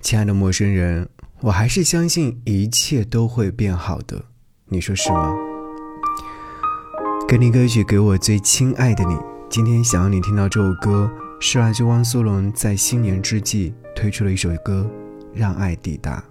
亲爱的陌生人，我还是相信一切都会变好的，你说是吗？给你歌曲，给我最亲爱的你。今天想让你听到这首歌，是来自汪苏泷在新年之际推出了一首歌《让爱抵达》。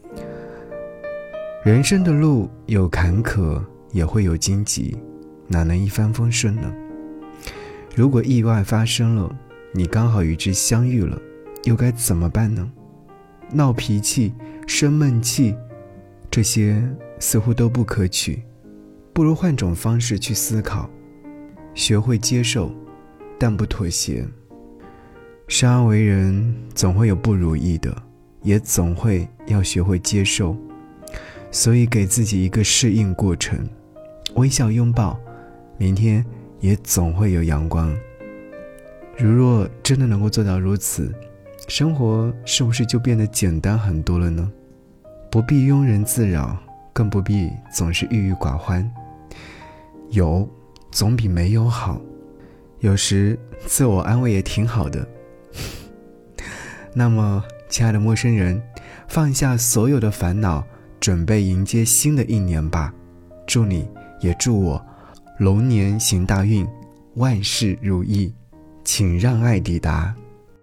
人生的路有坎坷，也会有荆棘，哪能一帆风顺呢？如果意外发生了，你刚好与之相遇了，又该怎么办呢？闹脾气、生闷气，这些似乎都不可取，不如换种方式去思考，学会接受，但不妥协。生而为人，总会有不如意的，也总会要学会接受，所以给自己一个适应过程，微笑拥抱，明天也总会有阳光。如若真的能够做到如此，生活是不是就变得简单很多了呢？不必庸人自扰，更不必总是郁郁寡欢。有总比没有好，有时自我安慰也挺好的。那么亲爱的陌生人，放下所有的烦恼，准备迎接新的一年吧。祝你也祝我龙年行大运，万事如意，请让爱抵达。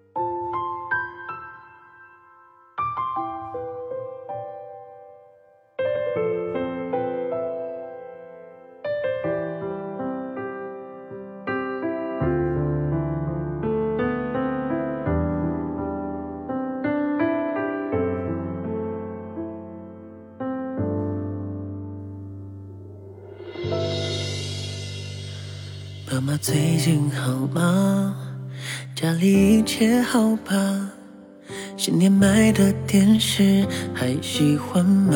妈妈最近好吗？家里一切好吧？新年买的电视还喜欢吗？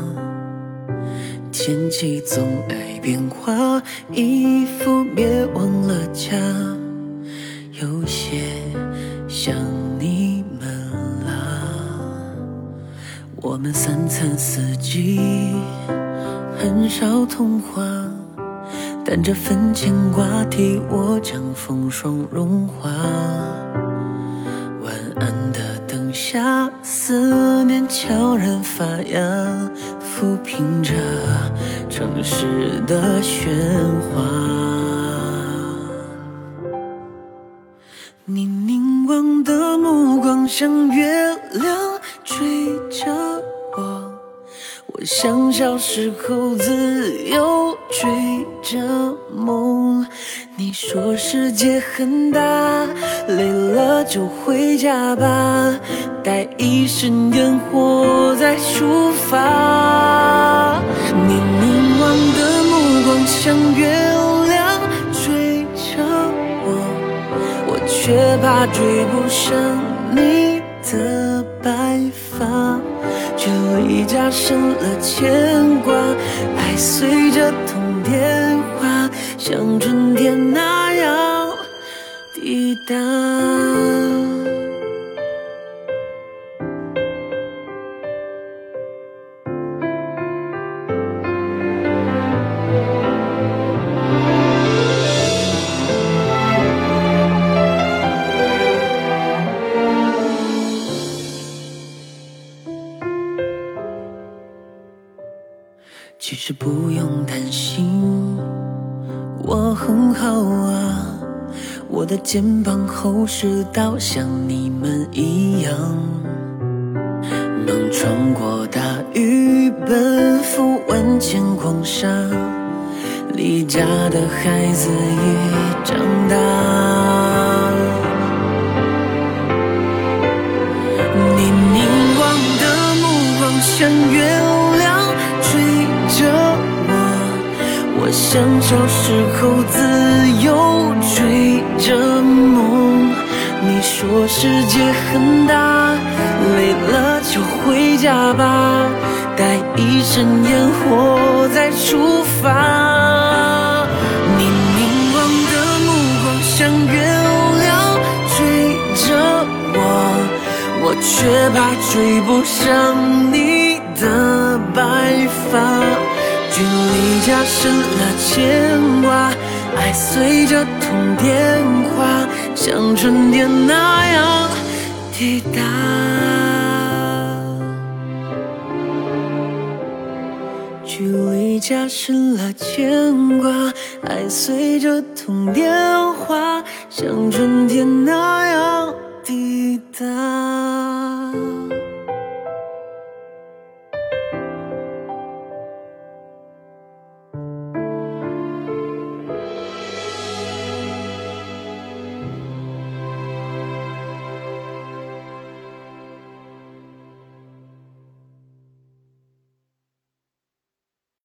天气总爱变化，衣服别忘了加，有些想你们啦。我们三餐四季很少通话，但这份牵挂替我将风霜融化。晚安的灯下，思念悄然发芽，抚平着城市的喧哗。你凝望的目光像月亮追着我，我像小时候自由追着梦。你说世界很大，累了就回家吧，带一身烟火再出发。你凝望的目光像月亮追着我却怕追不上你的白发，距离加深了牵挂，爱随着通电话，像春天那样抵达。其实不用担心，我很好啊，我的肩膀厚实到像你们一样，能穿过大雨，奔赴万千黄沙，离家的孩子也长大。你凝望的目光像月亮追着我像小时候自由追着梦。你说世界很大，累了就回家吧，带一身烟火再出发。你凝望的目光像月亮追着我却怕追不上你的白发，距离加深了牵挂，爱随着通电话，像春天那样抵达。 加深了牵挂，爱随着通电话，像春天那样抵达。